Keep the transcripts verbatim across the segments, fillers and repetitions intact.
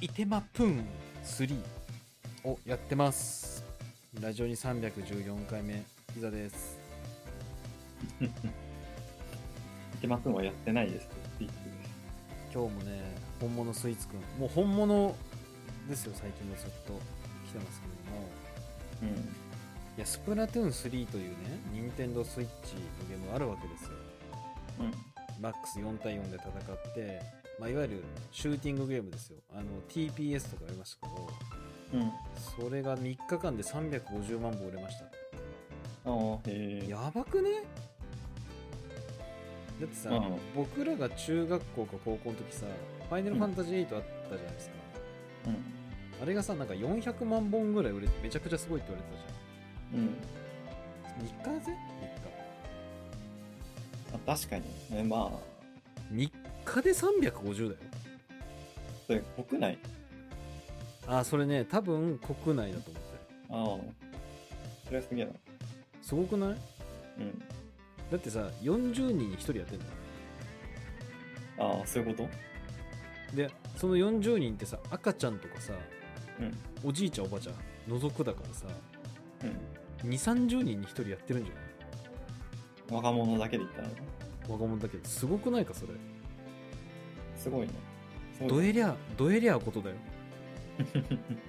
イテマプーンスリーをやってます。ラジオにさんびゃくじゅうよんかいめ、ピザです。 イテマくんはやってないですって言ってる。 今日もね、本物スイーツくん、もう本物ですよ、最近もずっと来てますけれども、うん、いやスプラトゥーンスリーというね、任天堂スイッチのゲームがあるわけですよ。うん、マックスよんたいよんで戦って、まあ、いわゆるシューティングゲームですよ。あの ティーピーエス とかありましたけど、うん、それがみっかかんでさんびゃくごじゅうまんぼん売れました。 あへやばくね？だってさ、うん、僕らが中学校か高校の時さ、ファイナルファンタジーエイトあったじゃないですか、うん、あれがさ、なんかよんひゃくまんぼんぐらい売れてめちゃくちゃすごいって言われてたじゃん。うん、みっかだぜ、みっか。あ、確かに、ね、まあみっかでさんびゃくごじゅうだよ。 それ国内？ ああ、それね、多分国内だと思ってる。 ああ、それはすげえな。 すごくない？うん。だってさ、よんじゅうにんにひとりやってんだよ。ああ、そういうことで、そのよんじゅうにんってさ、赤ちゃんとかさ、うん、おじいちゃんおばあちゃん除くだからさ、うん、にじゅう、さんじゅうにんにひとりやってるんじゃない？若者だけで言ったら。 若者だけですごくないか、それ。 すごいね。 ドエリャドエリャことだよ。うん、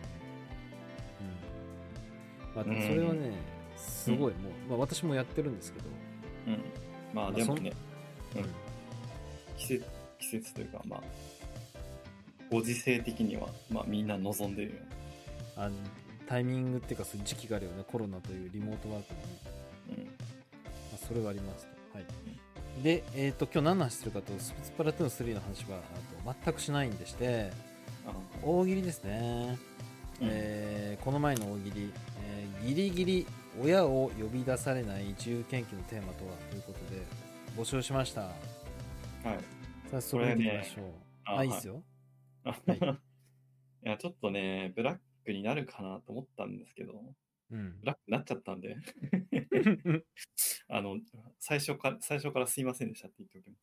まあ、それはね、すごい、うん、もう、まあ、私もやってるんですけど、 うん、まあでもね、まあ、うん、季節季節というか、まあご時世的にはまあみんな望んでるよ。 あ、タイミングっていうかそういう時期があるよね、コロナというリモートワークに、うん、まあ、それはありますと。はい。うん、で、えっと今日何の話するかと、スプラトゥーンスリーの話はあと全くしないんでして、大喜利ですね。うん、えー、この前の大喜利、えー、ギリギリ親を呼び出されない自由研究のテーマとはということで募集しました。はい。早速見ていきましょう。あ、いいっすよ。 はい。いや、ちょっとね、ブラックになるかなと思ったんですけど、うん、ブラックになっちゃったんで、あの、最初か、最初からすいませんでしたって言っておきます。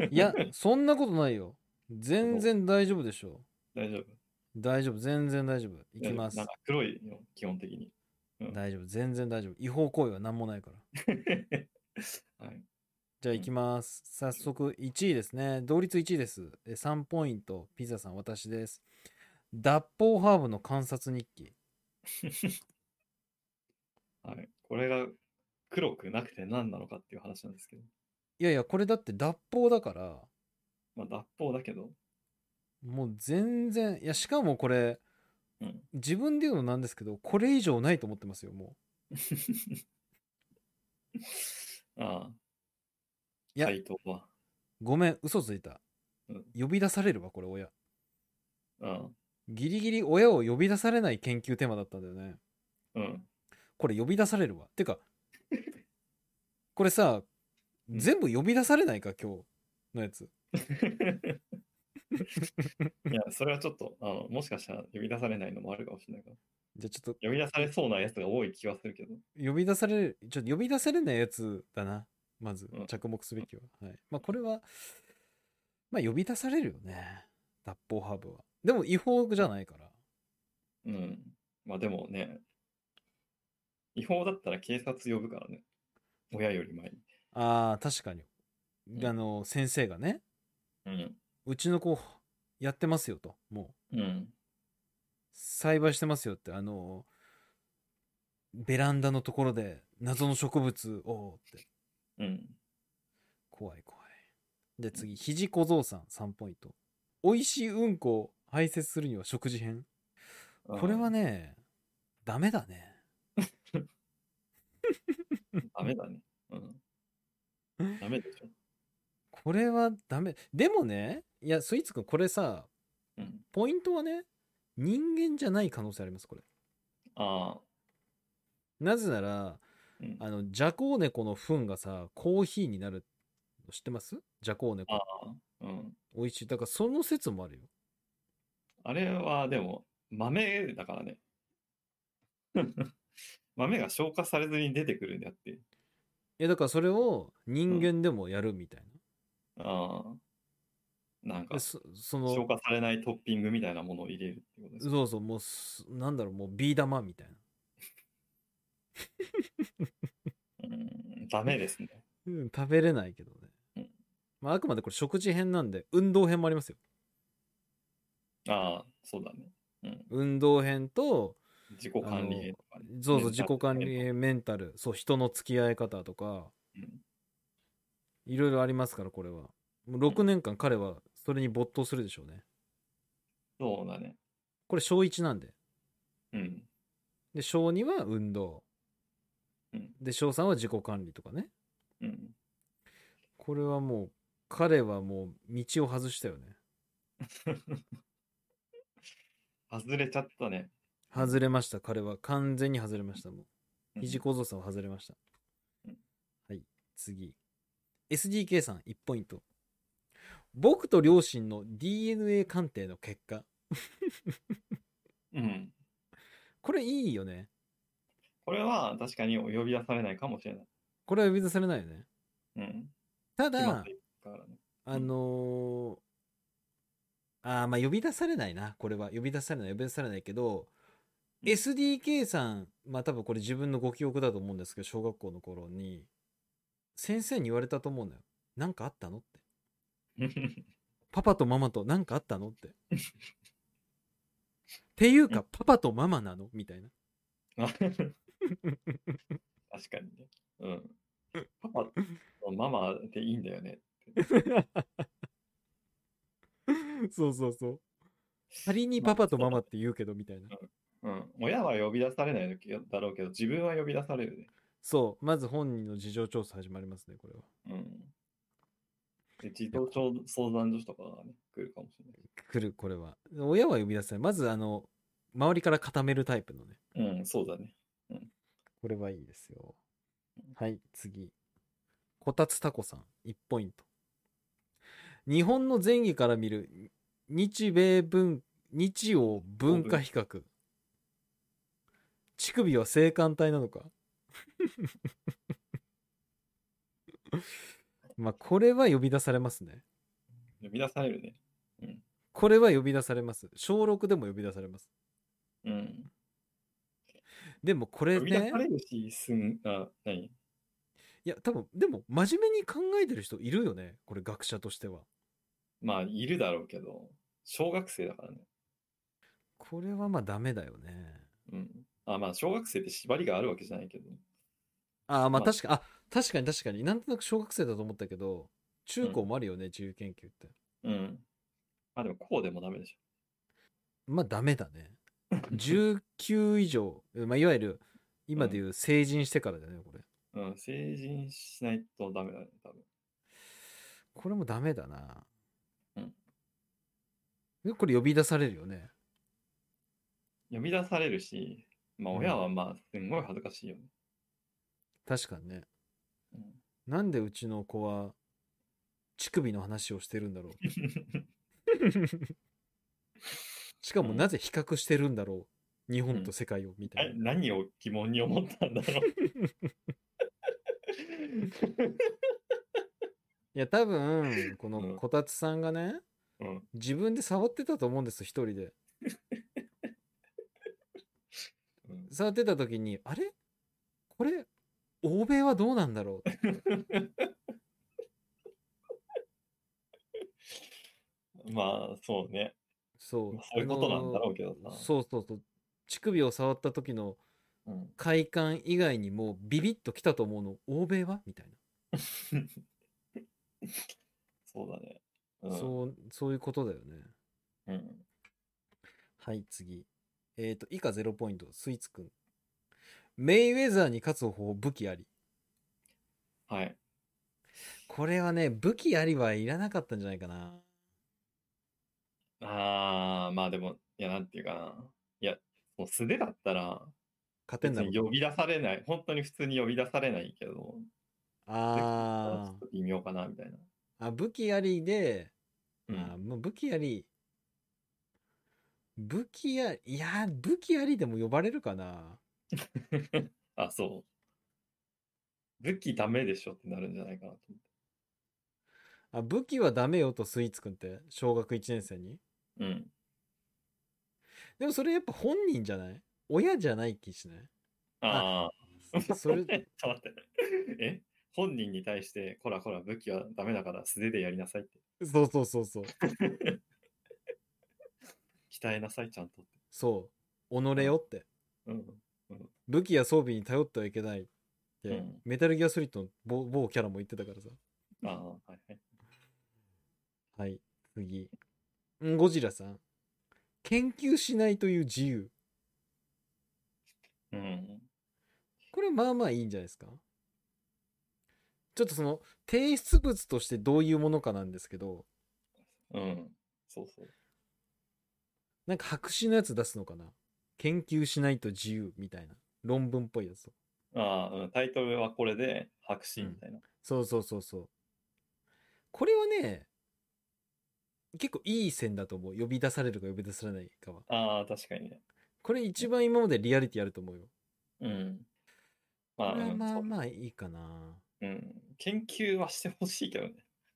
いや、そんなことないよ。全然大丈夫でしょう。大丈夫。 大丈夫、全然大丈夫。いきます。 なんか黒いよ、基本的に。 うん、大丈夫、全然大丈夫。違法行為は何もないから。はい。じゃあいきます。うん、早速いちいですね。同率いちいです。さんポイント。ピザさん、私です。脱法ハーブの観察日記。 はい。これが黒くなくて何なのかっていう話なんですけど。 いやいや、これだって脱法だから。 まあ脱法だけど。 もう全然、いや、しかもこれ、うん、自分で言うのなんですけど、これ以上ないと思ってますよ、もう。 ああ。いや、回答は。 ごめん、嘘ついた。うん、呼び出されるわ、これ、親。 ああ。 ギリギリ親を呼び出されない研究テーマだったんだよね。うん。これ呼び出されるわ。てか、これさ、うん、全部呼び出されないか、今日のやつ。 いや、それはちょっと、あの、もしかしたら呼び出されないのもあるかもしれないから。 じゃあちょっと。 呼び出されそうなやつが多い気はするけど。 呼び出される、ちょっと呼び出されないやつだな。まず、着目すべきは。うん、はい。まあ、これは、まあ、呼び出されるよね。脱法ハーブは。でも違法じゃないから。 うん。まあでもね、違法だったら警察呼ぶからね。親より前に。 ああ、確かに。うん、あの、先生がね。うん。うちの子、やってますよと。もう。うん。栽培してますよって。あの、ベランダのところで謎の植物をって。うん。怖い怖い。で、次、肘小僧さんさんポイント。美味しいうんこを排泄するには食事編。これはね、ダメだね。 ダメだね。うん。ダメでしょ。 これはダメ。でもね、いや、スイーツくん、これさ、うん、ポイントはね、人間じゃない可能性あります、これ。ああ。なぜなら、うん、あの、ジャコウネコの糞がさ、コーヒーになるの知ってます？ジャコウネコ。ああ。うん。美味しい。だからその説もあるよ。 あれはでも、豆だからね。豆が消化されずに出てくるんであって。いや、だからそれを人間でもやるみたいな。 うん、ああ。 なんか、 そその消化されないトッピングみたいなものを入れるってことですか？ そうそう、もう、なんだろう、もうビー玉みたいな。 うん、ダメですね。 うん、食べれないけどね。 うん、 まあ、あくまでこれ食事編なんで、運動編もありますよ。 ああ、そうだね。うん。 運動編と、 自己管理あの、 編とかね。 そうそう、自メンタル己管理編とか。 編、メンタル、そう、人の付き合い方とか、 うん。 いろいろありますから、これは。もううん、 ろくねんかん彼はそれに没頭するでしょうね。 そうだね。 これ小いちなんで。 うん。 で、小には運動。 うん。 で、小さんは自己管理とかね。 うん。 これはもう、彼はもう道を外したよね。 外れちゃったね。うん。 外れました、彼は。完全に外れました、もう。 うん。 肘小僧さんは外れました。 うん。 はい、次。エスディーケー さんいちポイント。僕と両親の ディーエヌエー 鑑定の結果。 うん。 これいいよね。 これは確かに呼び出されないかもしれない。 これは呼び出されないよね。 うん。 ただ、 決まっているからね。 あのー、あーまあ呼び出されないな。これは呼び出されない、呼び出されないけど、 うん。 エスディーケー さん、まあ多分これ自分のご記憶だと思うんですけど、小学校の頃に、先生に言われたと思うのよ。なんかあったのって。パパとママとなんかあったのって。っていうか、パパとママなのみたいな。 確かにね。うん。パパとママでいいんだよね。 そうそうそう。仮にパパとママって言うけど、みたいな。 うん。うん。親は呼び出されないだろうけど、自分は呼び出されるね。 そう。まず本人の事情調査始まりますね、これは。 うん。で、児いや、 童こ相談所とかがね、来るかもしれない。 来る、これは。親は呼び出せない。まず、あの、周りから固めるタイプのね。 うん、そうだね。うん。 これはいいですよ。はい、次。こたつたこさん、いちポイント。日本の前儀から見る日米文、日欧文化比較。乳首は性感帯なのか。まあ、これは呼び出されますね。 呼び出されるね。うん。 これは呼び出されます。小ろくでも呼び出されます。 うん。 でもこれ呼び出ね、 されるし、すん、あ、何いや、多分、でも、真面目に考えてる人いるよね。これ、学者としては。 まあ、いるだろうけど、小学生だからね。 これはまあダメだよね。 うん。あ、まあ、小学生って縛りがあるわけじゃないけど。 ああ、まあまあ、 確か、あ、確かに確かになんとなく小学生だと思ったけど、中高うん。 もあるよね、自由研究って。 うん。まあ、でも、こうでもダメでしまあダメだね。 ょ。 じゅうきゅう以上、まあ、いわゆる、 うん。 今でいう成人してからだよね、これ。 うん。成人しないとダメだね、多分。 これもダメだな。 うん。 えこれ呼び出されるよね。 呼び出されるし、まあ、 うん。 親はまあ、すんごい恥ずかしいよね。 確かにね。 うん。 なんでうちの子は乳首の話をしてるんだろう。しかうん。 もなぜ比較してるんだろう。日うん。 本と世界をみたいあ、 な。 何を疑問に思ったんだろう。 いや、多分、このうん。 こたつさんがね、 うん。 自分で触ってたと思うんです、一人で。 うん。 触ってた時に、あれこれ、欧米はどうなんだろう。 まあ、そうね。 そう、 まあそういあうことなんだのろうけどーさ。 そうそうそう。乳首を触った時のうん。 快感以外にもビビッときたと思うの。欧米はみたいな。 そうだね。うん。 そう、そういうことだよね。 うん。 はい、次。えっ、と、以下ゼロポイント、スイーツくん。メイウェザーに勝つ方法、武器あり。 はい。 これはね、武器ありはいらなかったんじゃないかな。 ああ、まあでも、いや、なんていうかな。いや、もう素手だったら、別勝てんだろうと。 に呼び出されない。本当に普通に呼び出されないけど、武器だったらちょっあと微妙かな、みたいな。 ーあ、武器ありで、 うん。 あーもう武器あり、武器あり、いや、武器ありでも呼ばれるかな。 あ、そう。武器ダメでしょってなるんじゃないかなと思って。 あ、武器はダメよとスイーツくんって小学いちねん生に。 うん。 でもそれやっぱ本人じゃない？親じゃない気しない？ ああ。 それ、 ちょっと待って。え本人に対して、こらこら武器はダメだから素手でやりなさいって。 そうそうそうそう。 鍛えなさい、ちゃんとって。 そう。己よって。 うん。うん。 武器や装備に頼ってはいけないって、 うん、 メタルギアソリッドの某某キャラも言ってたからさ。 ああ、はいはい。 はい、次。んゴジラさん。研究しないという自由。 うん。 これまあまあいいんじゃないですか。ちょっとその提出物としてどういうものかなんですけど、 うん。そうそう。 なんか白紙のやつ出すのかな。研究しないと自由みたいな論文っぽいやつと。 ああ、うん、タイトルはこれで白うん、 紙みたいな。 そうそうそうそう。これはね、結構いい線だと思う。呼び出されるか呼び出されないかは。 ああ、確かにね。 これ一番今までリアリティあると思うよ。 うん。まあ、 これはうん、そう。 まあまあいいかな。 うん。研究はしてほしいけどね。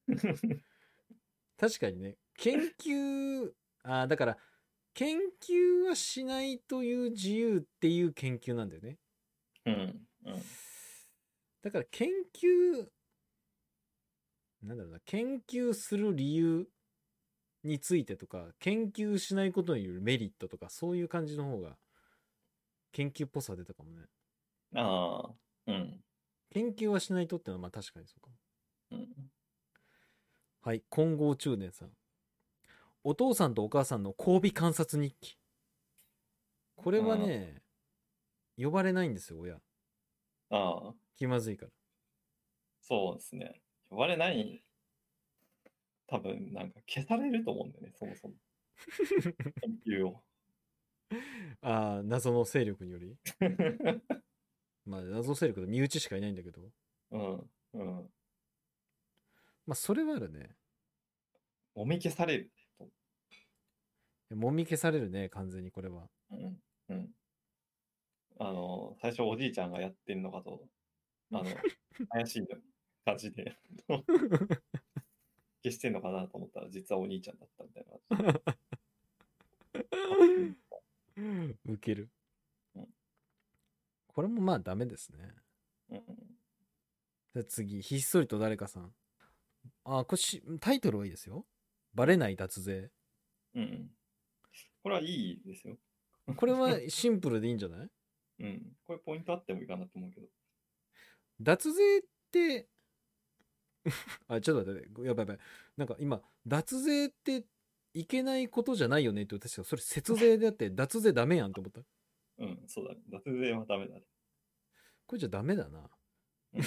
確かにね、研究、ああ、だから、研究はしないという自由っていう研究なんだよね。 うん。うん。 だから研究、なんだろうな、研究する理由についてとか、研究しないことによるメリットとか、そういう感じの方が、研究っぽさ出たかもね。 ああ、うん。 研究はしないとってのはまあ確かにそうかも。 うん。 はい、金剛中年さん。お父さんとお母さんの交尾観察日記。これはね、呼ばれないんですよ、親。 ああ、 気まずいから。 そうですね。呼ばれない、多分、なんか消されると思うんだよね、そもそも。研究を。 ああ、謎の勢力により。まあ、謎勢力と身内しかいないんだけど。 うん。うん。 まあ、それはあるね。 もみ消される。 もみ消されるね、完全にこれは。 うん。うん。あの、最初おじいちゃんがやってるのかと、あの、怪しい感じで消してんのかなと思ったら、実はお兄ちゃんだったみたいな感じ。 ウケる。 うん。 これもまあダメですね。 うん。 じゃあ次、ひっそりと誰かさん。あ、これしタイトルはいいですよ。バレない脱税。 うん。これはいいですよ。 これはシンプルでいいんじゃない？ うん。これポイントあってもいいかなと思うけど。 脱税って、あ、ちょっと待って、やばいやばい。なんか今、脱税っていけないことじゃないよねって言ったけど、それ節税であって、脱税ダメやんって思った。 うん、そうだね。脱税はダメだね。 これじゃダメだな。 うん。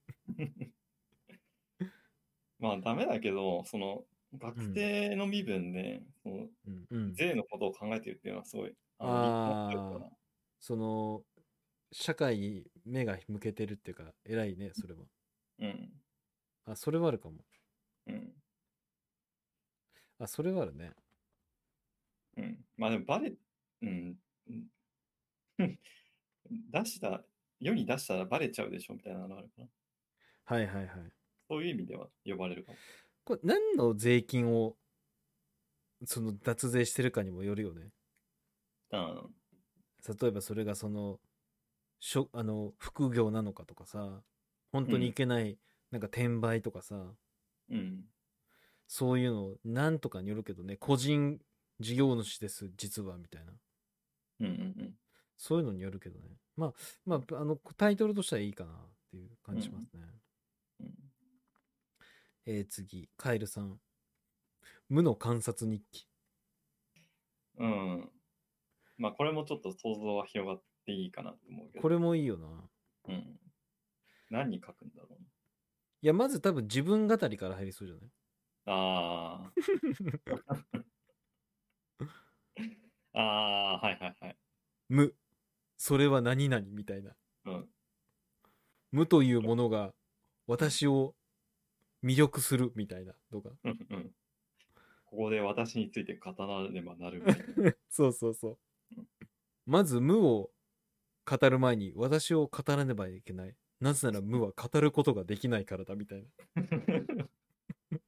まあ、ダメだけど、その、 うん。 学生の身分で、その、 うん。うん。 税のことを考えてるっていうのはすごい、あの、立派なことああ、 だな。 その、社会に目が向けてるっていうか、偉いね、それは。 うん。 あ、それはあるかも。 うん。 あ、それはあるね。 うん。まあでも、バレ、うん。うん出した、世に出したらバレちゃうでしょみたいなのあるかな。 はいはいはい。 そういう意味では呼ばれるかも。 これ何の税金をその脱税してるかにもよるよね。 うん。 例えばそれがその、しょあの、副業なのかとかさ、本当にいうん。 けない、なんか転売とかさ、 うん。 そういうの、なんとかによるけどね、個人事業主です、実は、みたいな。 うん。うん。 そういうのによるけどね。まあ、まあ、あの、タイトルとしてはいいかなっていう感うん。 じしますね。 うん。 えー、次、カエルさん。無の観察日記。 うん。まあ、これもちょっと想像は広がっていいかなと思うけど。 これもいいよな。 うん。何書くんだろうね。 いや、まず多分自分語りから入りそうじゃない？ ああ。ああ、はいはいはい。 無。それは何々みたいな。 うん。 無というものが私を魅力するみたいなとか。 うん。うん。ここで私について語らねばなるみたいな。 そうそうそう。 うん。 まず無を語る前に私を語らねばいけない。なぜなら無は語ることができないからだみたいな。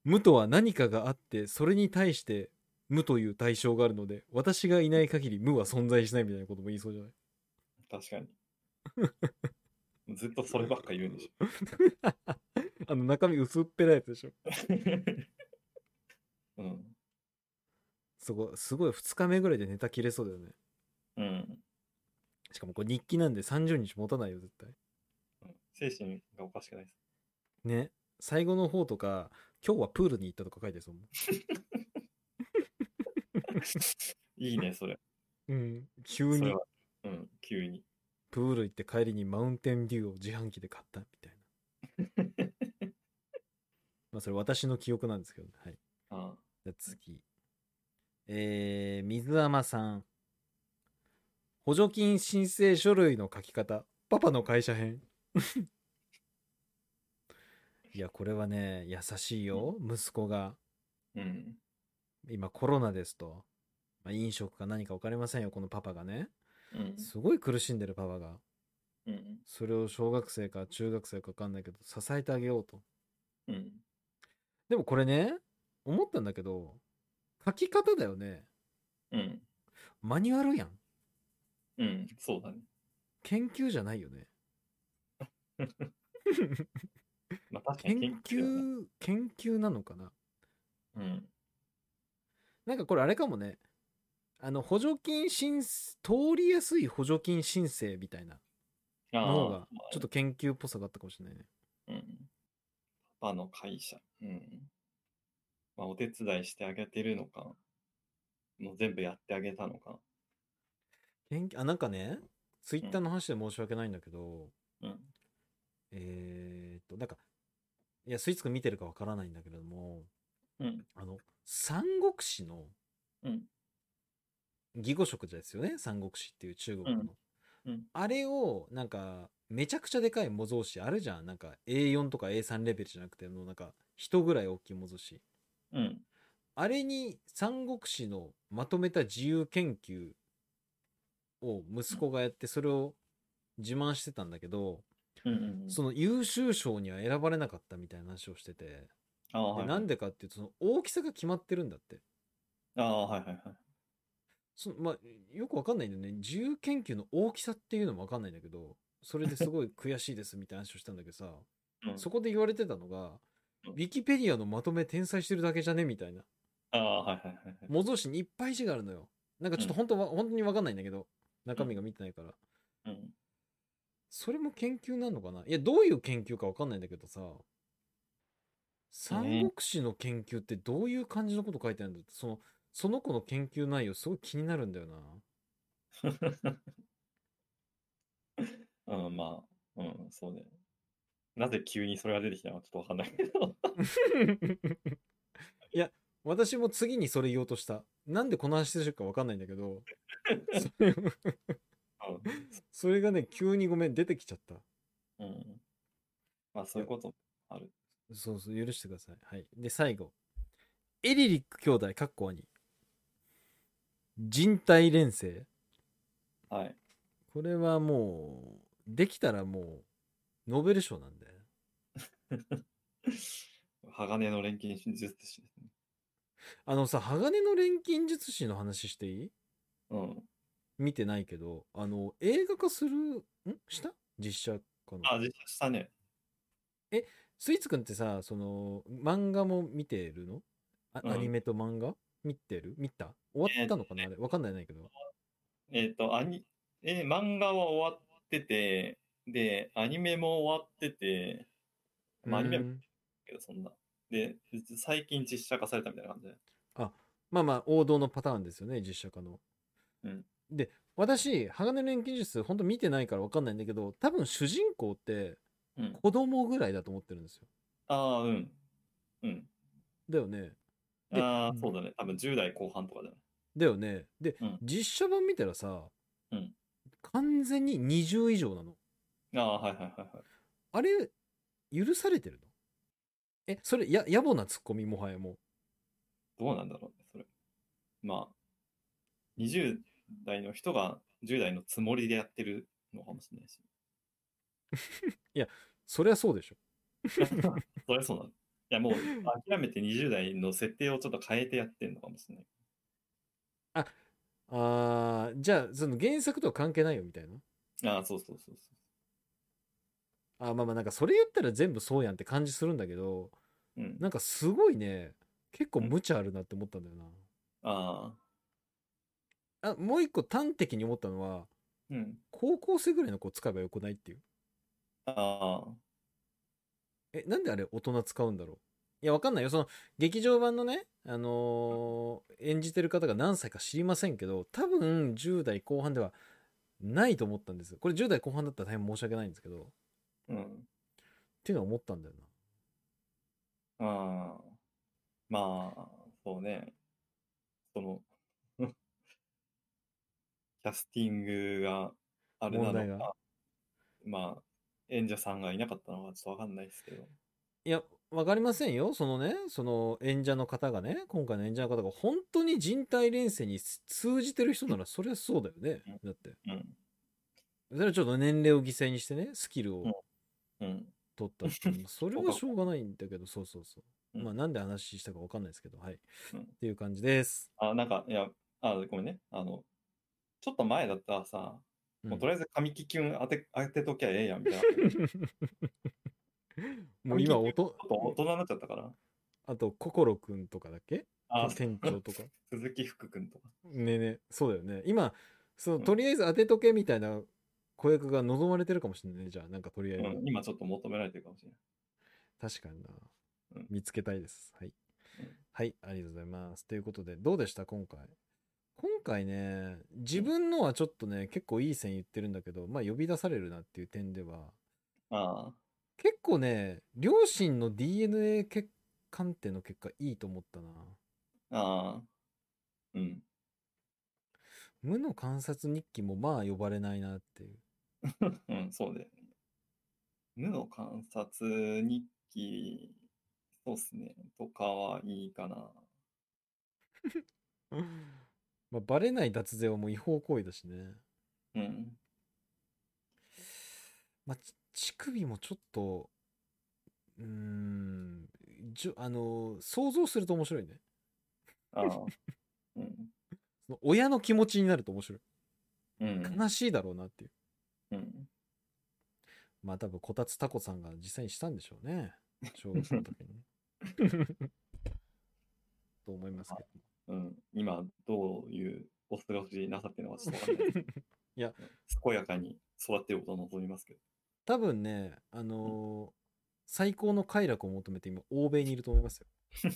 無とは何かがあって、それに対して無という対象があるので、私がいない限り無は存在しないみたいなことも言いそうじゃない？ 確かに。ずっとそればっか言うんでしあの中身薄っぺらいやつでしょ。 ょ。うん。 そこ、すごいふつかめぐらいでネタ切れそうだよね。 うん。 しかもこれ日記なんでさんじゅうにち持たないよ、絶対。 うん、精神がおかしくないです。 ね。最後の方とか、今日はプールに行ったとか書いてそうもん。 いいね、それ。 うん。急に。 それは、うん、急に。 プール行って帰りにマウンテンデューを自販機で買ったみたいな。まあそれ私の記憶なんですけどね。はい。 ああ、 じゃあ次。えー、水甘さん。補助金申請書類の書き方。パパの会社編。いや、これはね、優しいよ。息子が。 うん。 今コロナですと。まあ、飲食か何か分かりませんよ、このパパがね。 うん。 すごい苦しんでるパパが。 うん。 それを小学生か中学生か分かんないけど、支えてあげようと。 うん。 でもこれね、思ったんだけど、書き方だよね。 うん。 マニュアルやん。 うん。そうだね。 研究じゃないよね。 まあ確かに研研究だな。 究、研究なのかな。 うん。 なんかこれあれかもね。あの、補助金申、通りやすい補助金申請みたいなの方ああ、 が、ちょっと研究っぽさがあったかもしれないね。 うん。パパの会社。うん。まあ、お手伝いしてあげてるのか、もう全部やってあげたのか。 研究、あ、なんかね、ツイうん。 ッターの話で申し訳ないんだけど、 うん。 えーっと、なんか、いや、スイーツくん見てるかわからないんだけれども、 うん。 あの、三国志のうん。 義語色ですよね。三国志っていう中国うん。 の。 うん。 あれを、なんか、めちゃくちゃでかい模造紙あるじゃん。なんか エーよん とか エーさん レベルじゃなくて、もうなんか、人ぐらい大きい模造紙。 うん。 あれに三国志のまとめた自由研究を息子がやって、それを自慢してたんだけど、 うん。うん。 その優秀賞には選ばれなかったみたいな話をしてて、 ああ、 で、 はいはい。 なんでかっていうと、その大きさが決まってるんだって。 ああ、はいはいはい。 そのまあ、よくわかんないんだよね。自由研究の大きさっていうのもわかんないんだけど、それですごい悔しいですみたいな話をしたんだけどさ、 うん。 そこで言われてたのが、 うん。 ウィキペディアのまとめ転載してるだけじゃねみたいな。 ああ、はいはいはいはい。 模造紙にいっぱい字があるのよ。なんかちょっとうん。 本当は、本当にわかんないんだけど、 うん。 中身が見てないから。 うん。 それも研究なのかな。いや、どういう研究かわかんないんだけどさ、三ええ。 国志の研究ってどういう感じのこと書いてあるんだって、その、その子の研究内容すごい気になるんだよな。 うん、まあ、うん、そうね。なぜ急にそれが出てきたのかちょっとわかんないけど。 いや、私も次にそれ言おうとした。なんでこの話してるかわかんないんだけど、それそれがね、急にごめん、出てきちゃった。 うん。うん。まあ、そいや、 ういうことある。 そうそう、許してください。はい。で、最後。エリリック兄弟、かっこ兄。人体錬成。 はい。 これはもう、できたらもう、ノーベル賞なんで。 鋼の錬金術師ですね。 あのさ、鋼の錬金術師の話していい？ うん。 見てないけど、あの、映画化する、んした実写化の。 あ、実写したね。 え、スイーツくんってさ、その、漫画も見てるの？あ、 うん。 アニメと漫画見てる見た終わっえーたのかなあれ。わかんないないけど。 えっと、アニ、えー漫画は終わってて、で、アニメも終わってて、 うーまあ、アニメもん。 けど、そんな。で、最近実写化されたみたいな感じで。 あ、まあまあ、王道のパターンですよね、実写化の。 うん。 で、私、鋼の錬金術師ほんと見てないからわかんないんだけど、多分主人公ってうん。 子供ぐらいだと思ってるんですよ。 ああ、うん。うん。 だよね。で、 ああ、そうだね。多分じゅう代後半とかだよね。 だよね。で、 うん。 実写版見たらさ、 うん。 完全ににじゅう以上なの。 ああ、はいはいはいはい。 あれ、許されてるの？え、それ、や、野暮なツッコミもはやもどうなんだろうね、それ。まあ、にじゅう代の人がじゅう代のつもりでやってるのかもしれないし。 う。いや、そりゃそうでしょ。 そりゃそうなの。 や、もう諦めてにじゅう代の設定をちょっと変えてやってんのかもしれない。 あ、あーじゃあ、その原作とは関係ないよみたいな。 ああ、そうそうそうそあ、まあまあ、なんかそれ言ったら全部そうやんって感じするんだけど、 う。うん。 なんかすごいね、結構うん、 無茶あるなって思ったんだよああ、 な。あ、もう一個端的に思ったのは、 うん。 高校生ぐらいの子使えばよくないっていう。 ああ、 え、なんであれ大人使うんだろう。いや、わかんないよ。その、劇場版のね、あのー演じてる方が何歳か知りませんけど、多分じゅう代後半ではないと思ったんです。これじゅう代後半だったら大変申し訳ないんですけど、っうん。 ていうのは思ったんだよああ、まあ、そうね。その、キャスティングがあな。 れ問題が。 なのか、まあ、演者さんがいなかったのかちょっとわかんないですけど。 いや、わかりませんよ。そのね、その演者の方がね、今回の演者の方が本当に人体錬成に通じてる人なら、そりゃそうだよね。 うん、 だって。 うん、 それはちょっと年齢を犠牲にしてね、スキルをうん、うん。 取ったっていう、まあそれそうか、 はしょうがないんだけど、そうそうそう。まあ、 うん、 なんで話したかわかんないですけど、はい。っうん。 ていう感じです。 あ、なんか、いや、あ、ごめんね。あの、ちょっと前だったらさ、 うん。 もうとりあえず神木キュン当て、当てときゃええやんみたいな。 もう神木キュンち今おと、 ょっと大人になっちゃったから。 あと、心くんとかだっけあ、 て店長とか。 鈴木福君とか。 ねえねえ、そうだよね。今、その、 うん。 とりあえず当てとけみたいな子役が望まれてるかもしれないね。じゃあ、なんかとりあえず。 うん、今ちょっと求められてるかもしれ確かにな。 ない。 見つけたいです。はい。 うん。 はい、ありがとうございます。ということで、どうでした今回。今回ね、自うん。 分のはちょっとね、結構いい線言ってるんだけど、まあ呼び出されるなっていう点では、 ああ、 結構ね、両親の ディーエヌエー 血鑑定の結果いいと思ったな。 ああ、うん。 無の観察日記もまあ呼ばれないなっていう。 うん、そうで。無の観察日記、そうっすね。とかはいいかな。 まあ、バレない脱税はもう違法行為だしね。 うん。 まあ、ち乳首もちょっと、うーん、じゅあの、想像すると面白いね。 ああ、うん。 その親の気持ちになると面白い。 うん。 悲しいだろうなっていう。 うん。 まあ多分、こたつたこさんが実際にしたんでしょうね。小学校の時にね。と思いますけど。 うん。今、どういうお過ごしなさってるのかちょっとわかんないですけど、 いや、 うん、健やかに育っていることを望みますけど。 多分ね、あうん。 のー最高の快楽を求めて今、欧米にいると思いますよ。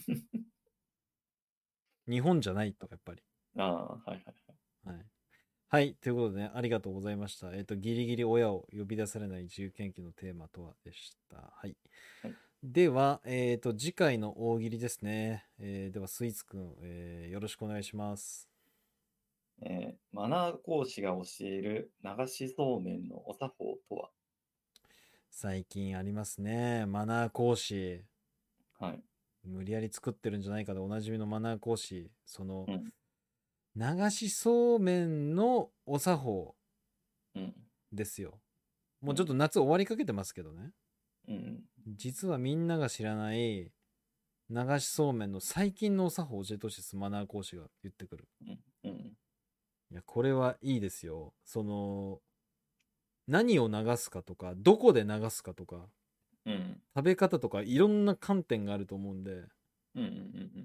日本じゃないと、やっぱり。 ああ、はいはいはい。はい。ということでね、ありがとうございました。えっ、と、ギリギリ親を呼び出されない自由研究のテーマとはでした。はい。 はい。 では、えっ、と、次回の大喜利ですね。えーでは、スイーツくん、えーよろしくお願いします。 えーマナー講師が教える流しそうめんのお作法とは？ 最近ありますね。マナー講師。 はい。 無理やり作ってるんじゃないかでおなじみのマナー講師。その、 うん。 流しそうめんのお作法うん。 ですよ。もうん。 うちょっと夏終わりかけてますけどね。 うん。 実はみんなが知らない流しそうめんの最近のお作法を教えてほしいです。マナー講師が言ってくる。 うん。うん。 いや、これはいいですよ。その、何を流すかとか、どこで流すかとか、 うん。 食べ方とか、いろんな観点があると思うんで。 うん。うん。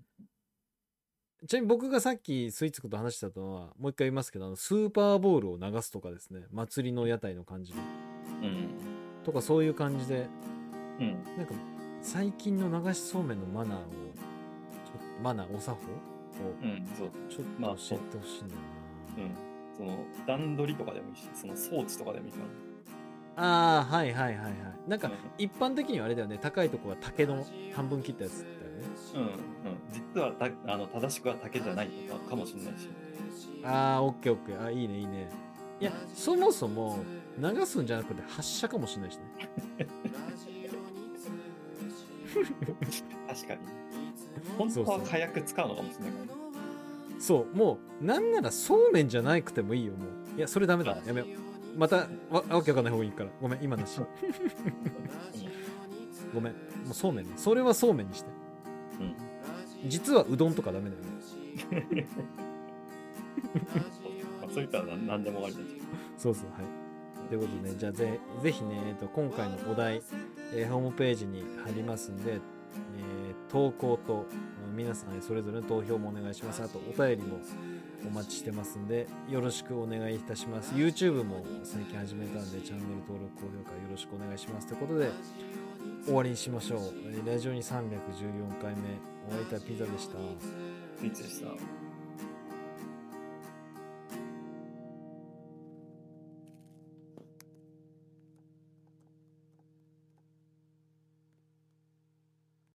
ちなみに僕がさっきスイーツくんと話してたのは、もう一回言いますけど、あのスーパーボールを流すとかですね。祭りの屋台の感じで。 うん。 とかそういう感じで、 うん。 なんか、最近の流しそうめんのマナーを、ちょマナー、お作法を、 うん。そう。 ちょっまあ、そう。 と教えてほしいんだようん。その、段取りとかでもいいし、その装置とかでもいいかな。ああ、はいはいはいはい。なんか、 ら。 一般的にはあれだよね、高いとこは竹の半分切ったやつだよね。 うん。うん。うん。実はた、あの、正しくは竹じゃないとかかもしれないし。 ああ、オッケーオッケー。あ、いいねいいね。いや、そもそも、流すんじゃなくて発射かもしれないしね。 確かに。本当は火薬使うのかもしれないからね。 そう、もう、なんならそうめんじゃなくてもいいよ、もう。いや、それダメだ。やめよう。また、わ、わけわかんない方がいいから。ごめん、今なし。 ごめん。もうそうめんね。それはそうめんにして。うん。実はうどんとかダメだよね。 まあそういったら何でもありだし。 そうそう、はい。ということでね、じゃあぜぜひね、えー、と今回のお題、えー、ホームページに貼りますんで、えー、投稿と皆さんそれぞれの投票もお願いします。あとお便りもお待ちしてますんで、よろしくお願いいたします。YouTube も最近始めたんで、チャンネル登録、高評価よろしくお願いします。ということで、終わりにしましょう。ラジオにさんびゃくじゅうよんかいめ、お相手はピザでした。 ピッツでした。